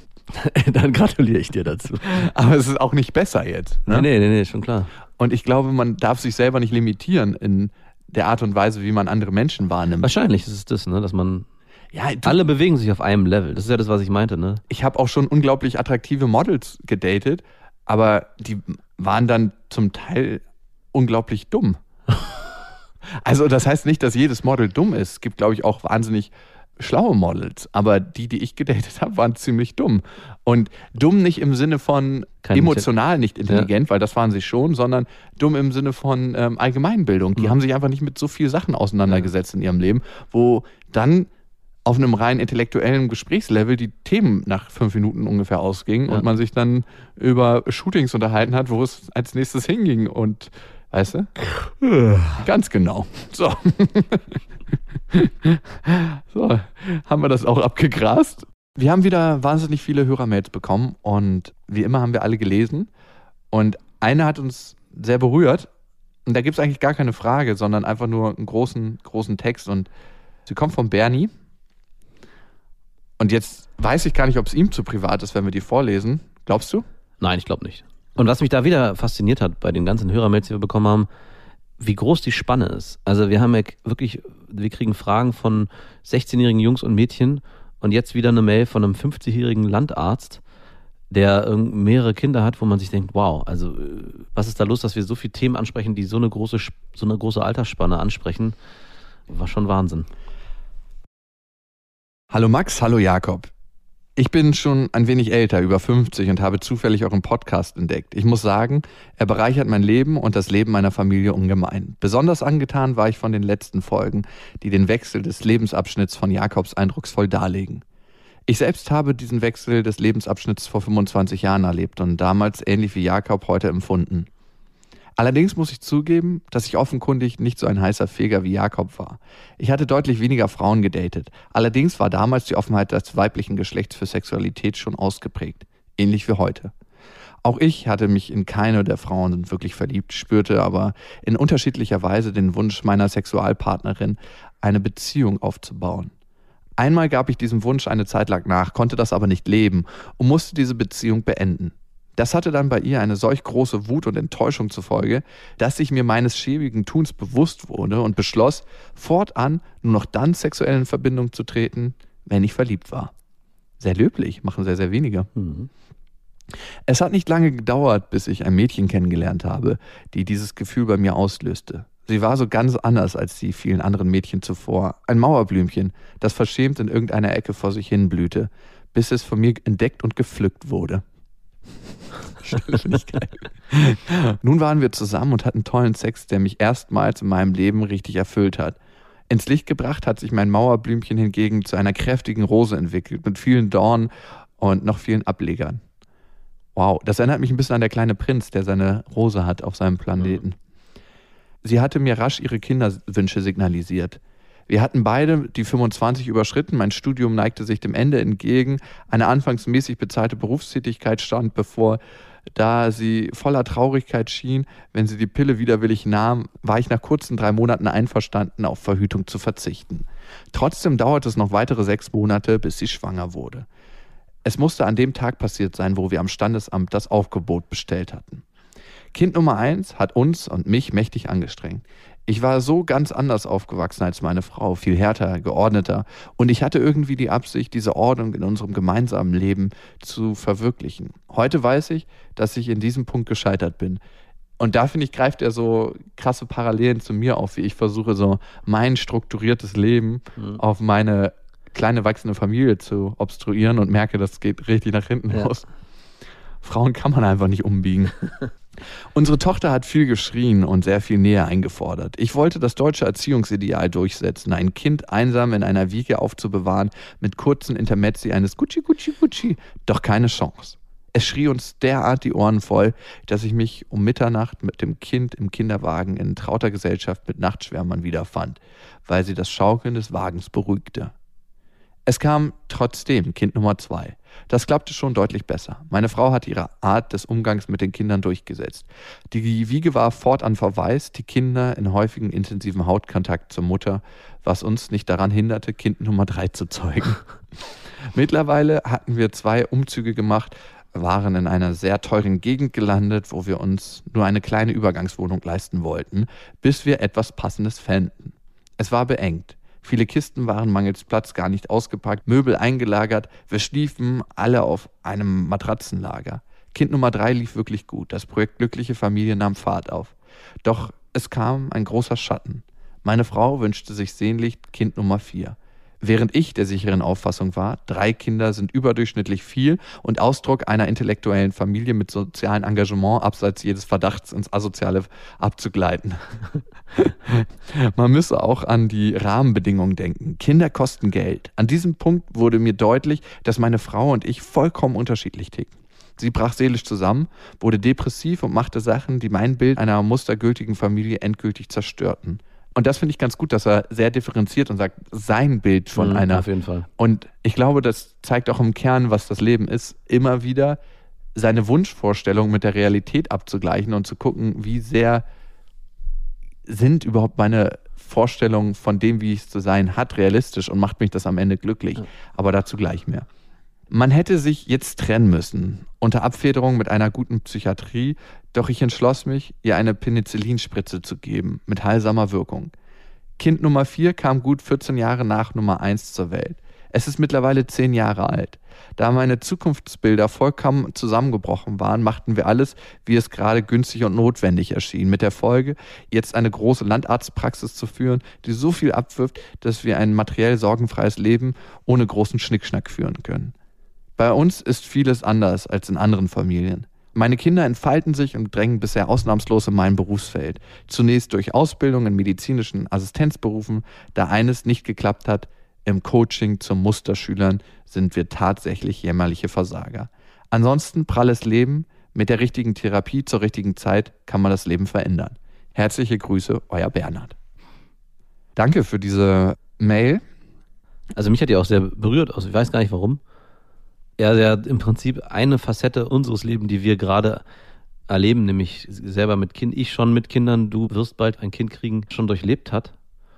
Dann gratuliere ich dir dazu. Aber es ist auch nicht besser jetzt. Ne? Nee, nee, nee, schon klar. Und ich glaube, man darf sich selber nicht limitieren in der Art und Weise, wie man andere Menschen wahrnimmt. Wahrscheinlich ist es das, ne, dass man... Ja, du, alle bewegen sich auf einem Level. Das ist ja das, was ich meinte, ne? Ich habe auch schon unglaublich attraktive Models gedatet, aber die waren dann zum Teil unglaublich dumm. Also das heißt nicht, dass jedes Model dumm ist. Es gibt, glaube ich, auch wahnsinnig schlaue Models, aber die, die ich gedatet habe, waren ziemlich dumm. Und dumm nicht im Sinne von Kein emotional nicht intelligent, ja. weil das waren sie schon, sondern dumm im Sinne von ähm, Allgemeinbildung. Die mhm. haben sich einfach nicht mit so vielen Sachen auseinandergesetzt ja. in ihrem Leben, wo dann auf einem rein intellektuellen Gesprächslevel die Themen nach fünf Minuten ungefähr ausgingen ja. und man sich dann über Shootings unterhalten hat, wo es als nächstes hinging und weißt du? Ja. Ganz genau. So. So, haben wir das auch abgegrast. Wir haben wieder wahnsinnig viele Hörermails bekommen und wie immer haben wir alle gelesen und eine hat uns sehr berührt und da gibt es eigentlich gar keine Frage, sondern einfach nur einen großen, großen Text und sie kommt von Bernie und jetzt weiß ich gar nicht, ob es ihm zu privat ist, wenn wir die vorlesen. Glaubst du? Nein, ich glaube nicht. Und was mich da wieder fasziniert hat bei den ganzen Hörermails, die wir bekommen haben, wie groß die Spanne ist. Also wir haben ja wirklich, wir kriegen Fragen von sechzehnjährigen Jungs und Mädchen und jetzt wieder eine Mail von einem fünfzigjährigen Landarzt, der mehrere Kinder hat, wo man sich denkt, wow, also was ist da los, dass wir so viele Themen ansprechen, die so eine große, so eine große Altersspanne ansprechen. War schon Wahnsinn. Hallo Max, hallo Jakob. Ich bin schon ein wenig älter, über fünfzig und habe zufällig euren Podcast entdeckt. Ich muss sagen, er bereichert mein Leben und das Leben meiner Familie ungemein. Besonders angetan war ich von den letzten Folgen, die den Wechsel des Lebensabschnitts von Jakobs eindrucksvoll darlegen. Ich selbst habe diesen Wechsel des Lebensabschnitts vor fünfundzwanzig Jahren erlebt und damals ähnlich wie Jakob heute empfunden. Allerdings muss ich zugeben, dass ich offenkundig nicht so ein heißer Feger wie Jakob war. Ich hatte deutlich weniger Frauen gedatet. Allerdings war damals die Offenheit des weiblichen Geschlechts für Sexualität schon ausgeprägt. Ähnlich wie heute. Auch ich hatte mich in keine der Frauen wirklich verliebt, spürte aber in unterschiedlicher Weise den Wunsch meiner Sexualpartnerin, eine Beziehung aufzubauen. Einmal gab ich diesem Wunsch eine Zeit lang nach, konnte das aber nicht leben und musste diese Beziehung beenden. Das hatte dann bei ihr eine solch große Wut und Enttäuschung zur Folge, dass ich mir meines schäbigen Tuns bewusst wurde und beschloss, fortan nur noch dann sexuell in Verbindung zu treten, wenn ich verliebt war. Sehr löblich, machen sehr, sehr wenige. Mhm. Es hat nicht lange gedauert, bis ich ein Mädchen kennengelernt habe, die dieses Gefühl bei mir auslöste. Sie war so ganz anders als die vielen anderen Mädchen zuvor. Ein Mauerblümchen, das verschämt in irgendeiner Ecke vor sich hin blühte, bis es von mir entdeckt und gepflückt wurde. Finde ich geil. Nun waren wir zusammen und hatten tollen Sex, der mich erstmals in meinem Leben richtig erfüllt hat. Ins Licht gebracht hat sich mein Mauerblümchen hingegen zu einer kräftigen Rose entwickelt, mit vielen Dornen und noch vielen Ablegern. Wow, das erinnert mich ein bisschen an der kleine Prinz, der seine Rose hat auf seinem Planeten. Sie hatte mir rasch ihre Kinderwünsche signalisiert. Wir hatten beide die fünfundzwanzig überschritten, mein Studium neigte sich dem Ende entgegen, eine anfangs mäßig bezahlte Berufstätigkeit stand bevor. Da sie voller Traurigkeit schien, wenn sie die Pille widerwillig nahm, war ich nach kurzen drei Monaten einverstanden, auf Verhütung zu verzichten. Trotzdem dauerte es noch weitere sechs Monate, bis sie schwanger wurde. Es musste an dem Tag passiert sein, wo wir am Standesamt das Aufgebot bestellt hatten. Kind Nummer eins hat uns und mich mächtig angestrengt. Ich war so ganz anders aufgewachsen als meine Frau, viel härter, geordneter und ich hatte irgendwie die Absicht, diese Ordnung in unserem gemeinsamen Leben zu verwirklichen. Heute weiß ich, dass ich in diesem Punkt gescheitert bin. Und da, finde ich, greift er so krasse Parallelen zu mir auf, wie ich versuche, so mein strukturiertes Leben mhm. auf meine kleine wachsende Familie zu obstruieren und merke, das geht richtig nach hinten ja. los. Frauen kann man einfach nicht umbiegen. Unsere Tochter hat viel geschrien und sehr viel Nähe eingefordert. Ich wollte das deutsche Erziehungsideal durchsetzen, ein Kind einsam in einer Wiege aufzubewahren, mit kurzen Intermezzi eines Gucci, Gucci, Gucci. Doch keine Chance. Es schrie uns derart die Ohren voll, dass ich mich um Mitternacht mit dem Kind im Kinderwagen in trauter Gesellschaft mit Nachtschwärmern wiederfand, weil sie das Schaukeln des Wagens beruhigte. Es kam trotzdem Kind Nummer zwei. Das klappte schon deutlich besser. Meine Frau hat ihre Art des Umgangs mit den Kindern durchgesetzt. Die Wiege war fortan verwaist, die Kinder in häufigen intensiven Hautkontakt zur Mutter, was uns nicht daran hinderte, Kind Nummer drei zu zeugen. Mittlerweile hatten wir zwei Umzüge gemacht, waren in einer sehr teuren Gegend gelandet, wo wir uns nur eine kleine Übergangswohnung leisten wollten, bis wir etwas Passendes fänden. Es war beengt. Viele Kisten waren mangels Platz gar nicht ausgepackt, Möbel eingelagert, wir schliefen alle auf einem Matratzenlager. Kind Nummer drei lief wirklich gut, das Projekt Glückliche Familie nahm Fahrt auf. Doch es kam ein großer Schatten. Meine Frau wünschte sich sehnlich Kind Nummer vier. Während ich der sicheren Auffassung war, drei Kinder sind überdurchschnittlich viel und Ausdruck einer intellektuellen Familie mit sozialem Engagement, abseits jedes Verdachts ins Asoziale abzugleiten. Man müsse auch an die Rahmenbedingungen denken. Kinder kosten Geld. An diesem Punkt wurde mir deutlich, dass meine Frau und ich vollkommen unterschiedlich ticken. Sie brach seelisch zusammen, wurde depressiv und machte Sachen, die mein Bild einer mustergültigen Familie endgültig zerstörten. Und das finde ich ganz gut, dass er sehr differenziert und sagt, sein Bild von mhm, einer. Auf jeden Fall. Und ich glaube, das zeigt auch im Kern, was das Leben ist, immer wieder seine Wunschvorstellung mit der Realität abzugleichen und zu gucken, wie sehr sind überhaupt meine Vorstellungen von dem, wie es zu sein hat, realistisch und macht mich das am Ende glücklich. Ja. Aber dazu gleich mehr. Man hätte sich jetzt trennen müssen, unter Abfederung mit einer guten Psychiatrie, doch ich entschloss mich, ihr eine Penicillinspritze zu geben, mit heilsamer Wirkung. Kind Nummer vier kam gut vierzehn Jahre nach Nummer eins zur Welt. Es ist mittlerweile zehn Jahre alt. Da meine Zukunftsbilder vollkommen zusammengebrochen waren, machten wir alles, wie es gerade günstig und notwendig erschien, mit der Folge, jetzt eine große Landarztpraxis zu führen, die so viel abwirft, dass wir ein materiell sorgenfreies Leben ohne großen Schnickschnack führen können. Bei uns ist vieles anders als in anderen Familien. Meine Kinder entfalten sich und drängen bisher ausnahmslos in mein Berufsfeld. Zunächst durch Ausbildung in medizinischen Assistenzberufen, da eines nicht geklappt hat, im Coaching zu Musterschülern sind wir tatsächlich jämmerliche Versager. Ansonsten pralles Leben, mit der richtigen Therapie zur richtigen Zeit kann man das Leben verändern. Herzliche Grüße, euer Bernhard. Danke für diese Mail. Also mich hat die auch sehr berührt, also ich weiß gar nicht warum. Ja, ja, im Prinzip eine Facette unseres Lebens, die wir gerade erleben, nämlich selber mit Kind, ich schon mit Kindern, du wirst bald ein Kind kriegen, schon durchlebt hat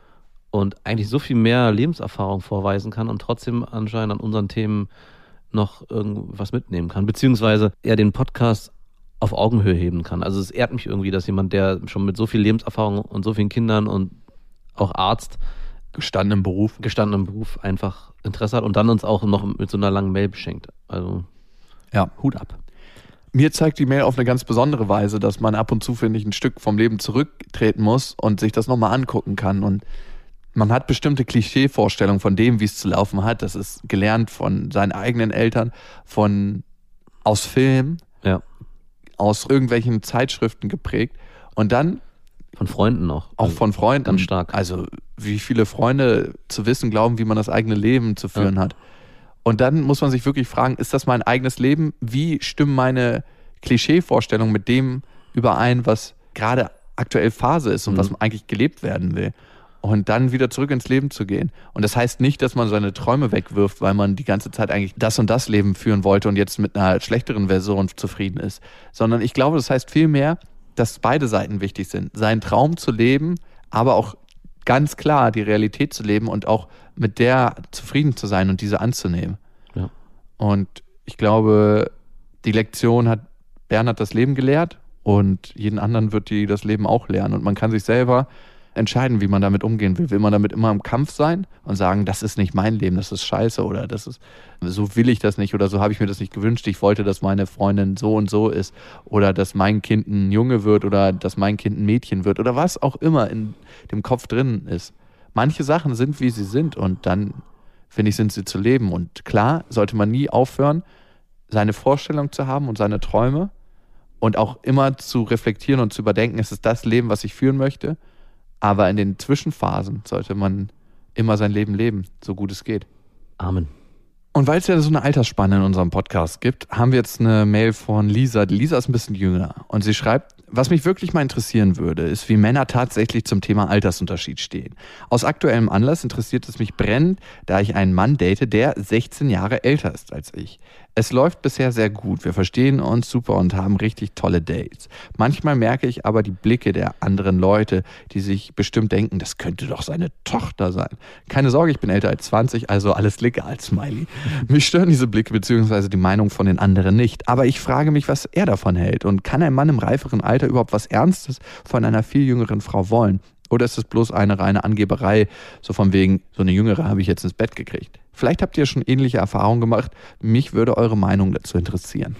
und eigentlich so viel mehr Lebenserfahrung vorweisen kann und trotzdem anscheinend an unseren Themen noch irgendwas mitnehmen kann, beziehungsweise er den Podcast auf Augenhöhe heben kann. Also es ehrt mich irgendwie, dass jemand, der schon mit so viel Lebenserfahrung und so vielen Kindern und auch Arzt, Gestandenem Beruf. gestandenem Beruf einfach Interesse hat und dann uns auch noch mit so einer langen Mail beschenkt. Also ja, Hut ab. Mir zeigt die Mail auf eine ganz besondere Weise, dass man ab und zu, finde ich, ein Stück vom Leben zurücktreten muss und sich das nochmal angucken kann. Und man hat bestimmte Klischeevorstellungen von dem, wie es zu laufen hat. Das ist gelernt von seinen eigenen Eltern, von aus Film, Ja. aus irgendwelchen Zeitschriften geprägt. Und dann Von Freunden noch. auch von Freunden. Ganz stark. Also wie viele Freunde zu wissen glauben, wie man das eigene Leben zu führen Ja. hat. Und dann muss man sich wirklich fragen, ist das mein eigenes Leben? Wie stimmen meine Klischeevorstellungen mit dem überein, was gerade aktuell Phase ist und Mhm. was eigentlich gelebt werden will? Und dann wieder zurück ins Leben zu gehen. Und das heißt nicht, dass man seine Träume wegwirft, weil man die ganze Zeit eigentlich das und das Leben führen wollte und jetzt mit einer schlechteren Version zufrieden ist. Sondern ich glaube, das heißt vielmehr, dass beide Seiten wichtig sind. Seinen Traum zu leben, aber auch ganz klar die Realität zu leben und auch mit der zufrieden zu sein und diese anzunehmen. Ja. Und ich glaube, die Lektion hat Bernhard das Leben gelehrt und jeden anderen wird die das Leben auch lernen. Und man kann sich selber entscheiden, wie man damit umgehen will. Will man damit immer im Kampf sein und sagen, das ist nicht mein Leben, das ist scheiße oder das ist, so will ich das nicht oder so habe ich mir das nicht gewünscht. Ich wollte, dass meine Freundin so und so ist oder dass mein Kind ein Junge wird oder dass mein Kind ein Mädchen wird oder was auch immer in dem Kopf drin ist. Manche Sachen sind, wie sie sind und dann, finde ich, sind sie zu leben. Und klar, sollte man nie aufhören, seine Vorstellung zu haben und seine Träume und auch immer zu reflektieren und zu überdenken, ist es das Leben, was ich führen möchte? Aber in den Zwischenphasen sollte man immer sein Leben leben, so gut es geht. Amen. Und weil es ja so eine Altersspanne in unserem Podcast gibt, haben wir jetzt eine Mail von Lisa. Die Lisa ist ein bisschen jünger und sie schreibt, was mich wirklich mal interessieren würde, ist, wie Männer tatsächlich zum Thema Altersunterschied stehen. Aus aktuellem Anlass interessiert es mich brennend, da ich einen Mann date, der sechzehn Jahre älter ist als ich. Es läuft bisher sehr gut, wir verstehen uns super und haben richtig tolle Dates. Manchmal merke ich aber die Blicke der anderen Leute, die sich bestimmt denken, das könnte doch seine Tochter sein. Keine Sorge, ich bin älter als zwanzig, also alles legal, Smiley. Mich stören diese Blicke bzw. die Meinung von den anderen nicht, aber ich frage mich, was er davon hält und kann ein Mann im reiferen Alter überhaupt was Ernstes von einer viel jüngeren Frau wollen? Oder ist es bloß eine reine Angeberei, so von wegen, so eine Jüngere habe ich jetzt ins Bett gekriegt? Vielleicht habt ihr schon ähnliche Erfahrungen gemacht. Mich würde eure Meinung dazu interessieren.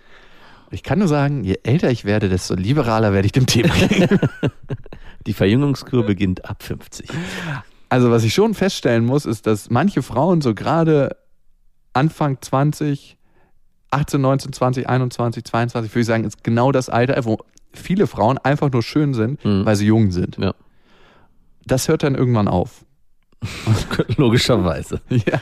Ich kann nur sagen, je älter ich werde, desto liberaler werde ich dem Thema. Die Verjüngungskur beginnt ab fünfzig. Also was ich schon feststellen muss, ist, dass manche Frauen so gerade Anfang zwanzig, achtzehn, neunzehn, zwanzig, einundzwanzig, zweiundzwanzig, würde ich sagen, ist genau das Alter, wo viele Frauen einfach nur schön sind, Mhm. weil sie jung sind. Ja. Das hört dann irgendwann auf. Logischerweise. Ja.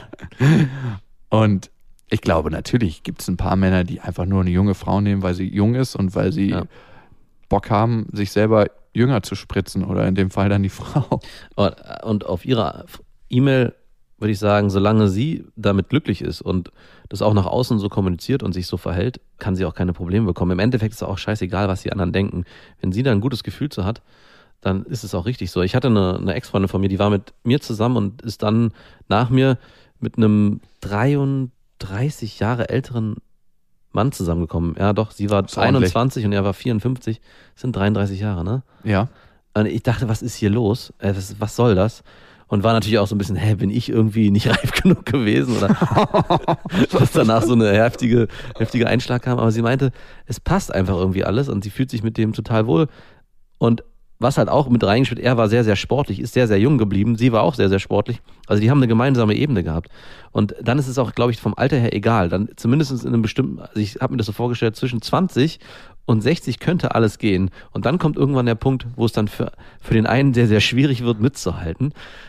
Und ich glaube, natürlich gibt es ein paar Männer, die einfach nur eine junge Frau nehmen, weil sie jung ist und weil sie Ja. Bock haben, sich selber jünger zu spritzen oder in dem Fall dann die Frau. Und auf ihrer E-Mail würde ich sagen, solange sie damit glücklich ist und das auch nach außen so kommuniziert und sich so verhält, kann sie auch keine Probleme bekommen. Im Endeffekt ist es auch scheißegal, was die anderen denken. Wenn sie da ein gutes Gefühl zu hat, dann ist es auch richtig so. Ich hatte eine, eine Ex-Freundin von mir, die war mit mir zusammen und ist dann nach mir mit einem dreiunddreißig Jahre älteren Mann zusammengekommen. Ja doch, sie war ist ordentlich. einundzwanzig und er war vierundfünfzig. Das sind dreiunddreißig Jahre, ne? Ja. Und ich dachte, was ist hier los? Äh, was, was soll das? Und war natürlich auch so ein bisschen, hä, bin ich irgendwie nicht reif genug gewesen? Oder dass danach so eine heftige, heftige Einschlag kam. Aber sie meinte, es passt einfach irgendwie alles und sie fühlt sich mit dem total wohl. Und was halt auch mit reingespielt, er war sehr, sehr sportlich, ist sehr, sehr jung geblieben. Sie war auch sehr, sehr sportlich. Also die haben eine gemeinsame Ebene gehabt. Und dann ist es auch, glaube ich, vom Alter her egal. Dann zumindest in einem bestimmten, also ich habe mir das so vorgestellt, zwischen zwanzig und sechzig könnte alles gehen. Und dann kommt irgendwann der Punkt, wo es dann für, für den einen sehr, sehr schwierig wird, mitzuhalten.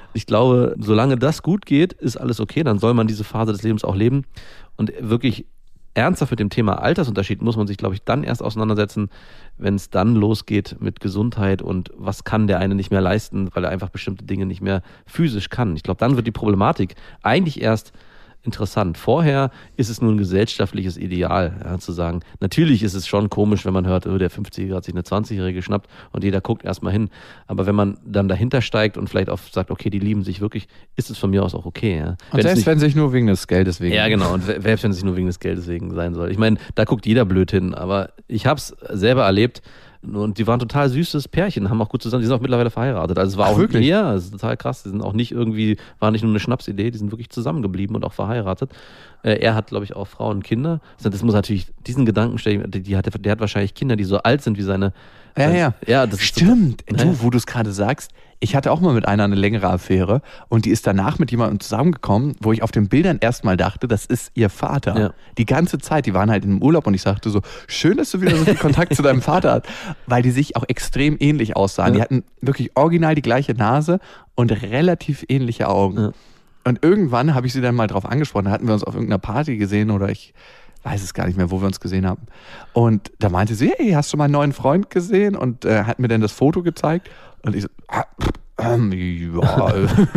Ich glaube, solange das gut geht, ist alles okay. Dann soll man diese Phase des Lebens auch leben. Und wirklich ernsthaft mit dem Thema Altersunterschied muss man sich, glaube ich, dann erst auseinandersetzen, wenn es dann losgeht mit Gesundheit und was kann der eine nicht mehr leisten, weil er einfach bestimmte Dinge nicht mehr physisch kann. Ich glaube, dann wird die Problematik eigentlich erst interessant. Vorher ist es nur ein gesellschaftliches Ideal, ja, zu sagen, natürlich ist es schon komisch, wenn man hört, oh, der fünfzigjährige hat sich eine zwanzigjährige geschnappt und jeder guckt erstmal hin. Aber wenn man dann dahinter steigt und vielleicht auch sagt, okay, die lieben sich wirklich, ist es von mir aus auch okay. Ja. Und wenn selbst nicht, wenn sich nur wegen des Geldes wegen. Ja, genau. Und selbst wenn es sich nur wegen des Geldes wegen sein soll. Ich meine, da guckt jeder blöd hin. Aber ich habe es selber erlebt. Und die waren total süßes Pärchen, haben auch gut zusammen, die sind auch mittlerweile verheiratet. Also es war Ach, auch wirklich? Ja, es ist total krass. Die sind auch nicht irgendwie, war nicht nur eine Schnapsidee, die sind wirklich zusammengeblieben und auch verheiratet. Äh, er hat, glaube ich, auch Frauen und Kinder. Das muss natürlich, diesen Gedanken stellen, die, die hat, der hat wahrscheinlich Kinder, die so alt sind wie seine. Ja, ja. ja das Stimmt. Ist so, du, wo du es gerade sagst, ich hatte auch mal mit einer eine längere Affäre und die ist danach mit jemandem zusammengekommen, wo ich auf den Bildern erstmal dachte, das ist ihr Vater. Ja. Die ganze Zeit, die waren halt im Urlaub und ich sagte so, schön, dass du wieder so viel Kontakt zu deinem Vater hast, weil die sich auch extrem ähnlich aussahen. Ja. Die hatten wirklich original die gleiche Nase und relativ ähnliche Augen. Ja. Und irgendwann habe ich sie dann mal drauf angesprochen, da hatten wir uns auf irgendeiner Party gesehen oder ich weiß es gar nicht mehr, wo wir uns gesehen haben. Und da meinte sie, hey, hast du meinen neuen Freund gesehen? Und äh, hat mir dann das Foto gezeigt. Und ich so, ah, ähm, ja.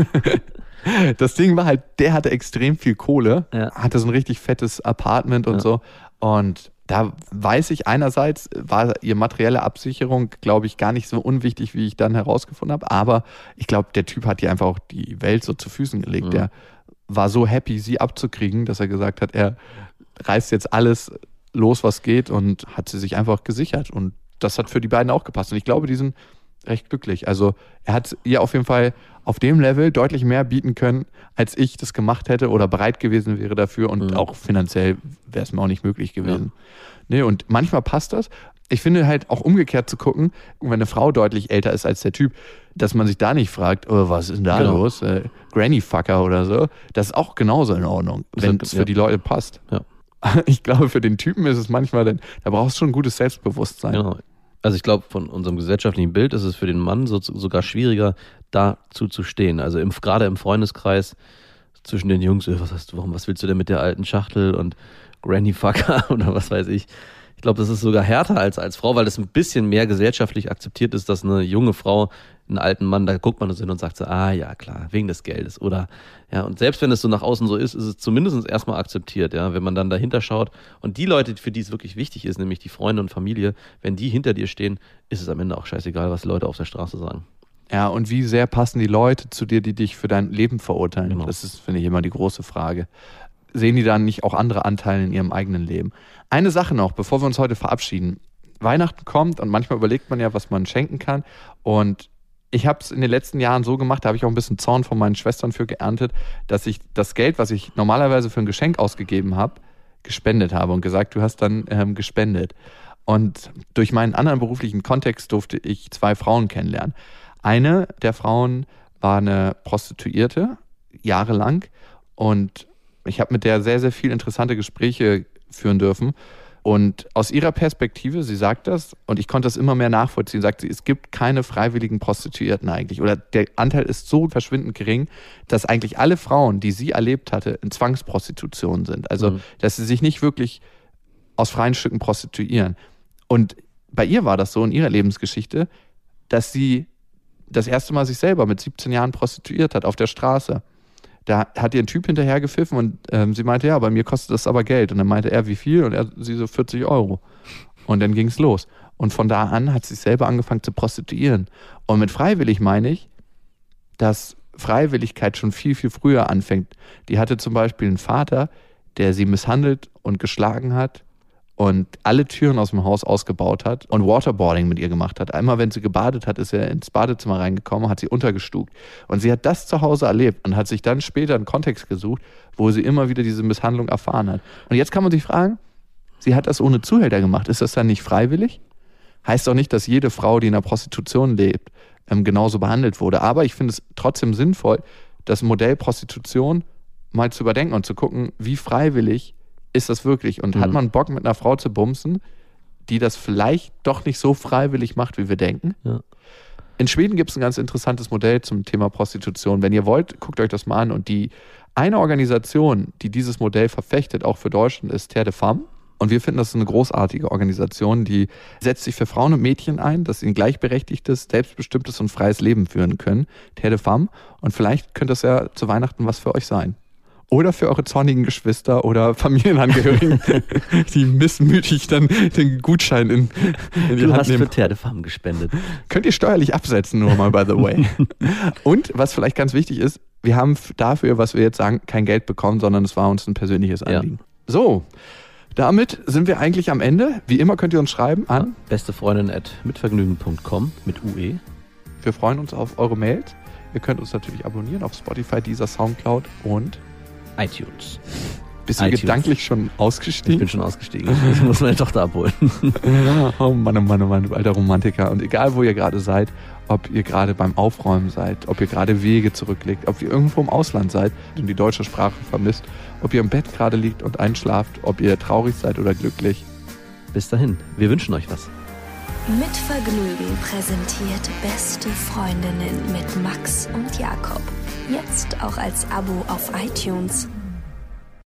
Das Ding war halt, der hatte extrem viel Kohle, ja. hatte so ein richtig fettes Apartment und ja. so. Und da weiß ich, einerseits war ihr materielle Absicherung, glaube ich, gar nicht so unwichtig, wie ich dann herausgefunden habe. Aber ich glaube, der Typ hat ihr einfach auch die Welt so zu Füßen gelegt. Mhm. Der war so happy, sie abzukriegen, dass er gesagt hat, er reißt jetzt alles los, was geht und hat sie sich einfach gesichert. Und das hat für die beiden auch gepasst. Und ich glaube, die sind recht glücklich. Also er hat ihr auf jeden Fall auf dem Level deutlich mehr bieten können, als ich das gemacht hätte oder bereit gewesen wäre dafür. Und mhm. auch finanziell wäre es mir auch nicht möglich gewesen. Ja. Nee, und manchmal passt das. Ich finde halt auch umgekehrt zu gucken, wenn eine Frau deutlich älter ist als der Typ, dass man sich da nicht fragt, oh, was ist denn da genau. los? Äh, Granny-Fucker oder so. Das ist auch genauso in Ordnung, wenn es ja. für die Leute passt. Ja. Ich glaube, für den Typen ist es manchmal, denn, da brauchst du schon ein gutes Selbstbewusstsein. Genau. Also ich glaube, von unserem gesellschaftlichen Bild ist es für den Mann so, sogar schwieriger, dazu zu stehen. Also im, gerade im Freundeskreis zwischen den Jungs, was hast du, warum, was willst du denn mit der alten Schachtel und Granny-Fucker oder was weiß ich. Ich glaube, das ist sogar härter als als Frau, weil das ein bisschen mehr gesellschaftlich akzeptiert ist, dass eine junge Frau einen alten Mann, da guckt man so hin und sagt so, ah ja, klar, wegen des Geldes. Oder ja, und selbst wenn es so nach außen so ist, ist es zumindest erstmal akzeptiert, ja, wenn man dann dahinter schaut. Und die Leute, für die es wirklich wichtig ist, nämlich die Freunde und Familie, wenn die hinter dir stehen, ist es am Ende auch scheißegal, was die Leute auf der Straße sagen. Ja, und wie sehr passen die Leute zu dir, die dich für dein Leben verurteilen? Genau. Das ist, finde ich, immer die große Frage. Sehen die dann nicht auch andere Anteile in ihrem eigenen Leben? Eine Sache noch, bevor wir uns heute verabschieden. Weihnachten kommt und manchmal überlegt man ja, was man schenken kann. Und ich habe es in den letzten Jahren so gemacht, da habe ich auch ein bisschen Zorn von meinen Schwestern für geerntet, dass ich das Geld, was ich normalerweise für ein Geschenk ausgegeben habe, gespendet habe und gesagt, du hast dann ähm, gespendet. Und durch meinen anderen beruflichen Kontext durfte ich zwei Frauen kennenlernen. Eine der Frauen war eine Prostituierte, jahrelang. Und ich habe mit der sehr, sehr viel interessante Gespräche führen dürfen. Und aus ihrer Perspektive, sie sagt das, und ich konnte das immer mehr nachvollziehen, sagt sie, es gibt keine freiwilligen Prostituierten eigentlich. Oder der Anteil ist so verschwindend gering, dass eigentlich alle Frauen, die sie erlebt hatte, in Zwangsprostitution sind. Also, mhm. dass sie sich nicht wirklich aus freien Stücken prostituieren. Und bei ihr war das so in ihrer Lebensgeschichte, dass sie das erste Mal sich selber mit siebzehn Jahren prostituiert hat auf der Straße. Da hat ihr ein Typ hinterhergepfiffen und ähm, sie meinte, ja, bei mir kostet das aber Geld. Und dann meinte er, wie viel? Und er, sie so vierzig Euro. Und dann ging es los. Und von da an hat sie sich selber angefangen zu prostituieren. Und mit freiwillig meine ich, dass Freiwilligkeit schon viel, viel früher anfängt. Die hatte zum Beispiel einen Vater, der sie misshandelt und geschlagen hat und alle Türen aus dem Haus ausgebaut hat und Waterboarding mit ihr gemacht hat. Einmal, wenn sie gebadet hat, ist er ins Badezimmer reingekommen, hat sie untergestuckt. Und sie hat das zu Hause erlebt und hat sich dann später einen Kontext gesucht, wo sie immer wieder diese Misshandlung erfahren hat. Und jetzt kann man sich fragen, sie hat das ohne Zuhälter gemacht. Ist das dann nicht freiwillig? Heißt doch nicht, dass jede Frau, die in der Prostitution lebt, genauso behandelt wurde. Aber ich finde es trotzdem sinnvoll, das Modell Prostitution mal zu überdenken und zu gucken, wie freiwillig ist das wirklich? Und mhm. hat man Bock, mit einer Frau zu bumsen, die das vielleicht doch nicht so freiwillig macht, wie wir denken? Ja. In Schweden gibt es ein ganz interessantes Modell zum Thema Prostitution. Wenn ihr wollt, guckt euch das mal an. Und die eine Organisation, die dieses Modell verfechtet, auch für Deutschland, ist Terre de Femmes. Und wir finden, das ist eine großartige Organisation, die setzt sich für Frauen und Mädchen ein, dass sie ein gleichberechtigtes, selbstbestimmtes und freies Leben führen können. Terre de Femmes. Und vielleicht könnte das ja zu Weihnachten was für euch sein. Oder für eure zornigen Geschwister oder Familienangehörigen, die missmütig dann den Gutschein in, in die Du Hand hast nehmen. für Terre de Femmes gespendet. Könnt ihr steuerlich absetzen, nur mal by the way. Und was vielleicht ganz wichtig ist, wir haben dafür, was wir jetzt sagen, kein Geld bekommen, sondern es war uns ein persönliches Anliegen. Ja. So, damit sind wir eigentlich am Ende. Wie immer könnt ihr uns schreiben an bestefreundin at mitvergnügen punkt com mit U E. Wir freuen uns auf eure Mails. Ihr könnt uns natürlich abonnieren auf Spotify, Deezer, Soundcloud und iTunes. Bist du iTunes. gedanklich schon ausgestiegen? Ich bin schon ausgestiegen. Ich muss meine Tochter abholen. Oh Mann, oh Mann, oh Mann, du alter Romantiker. Und egal, wo ihr gerade seid, ob ihr gerade beim Aufräumen seid, ob ihr gerade Wege zurücklegt, ob ihr irgendwo im Ausland seid und die deutsche Sprache vermisst, ob ihr im Bett gerade liegt und einschlaft, ob ihr traurig seid oder glücklich. Bis dahin, wir wünschen euch was. Mit Vergnügen präsentiert Beste Freundinnen mit Max und Jakob. Jetzt auch als Abo auf iTunes.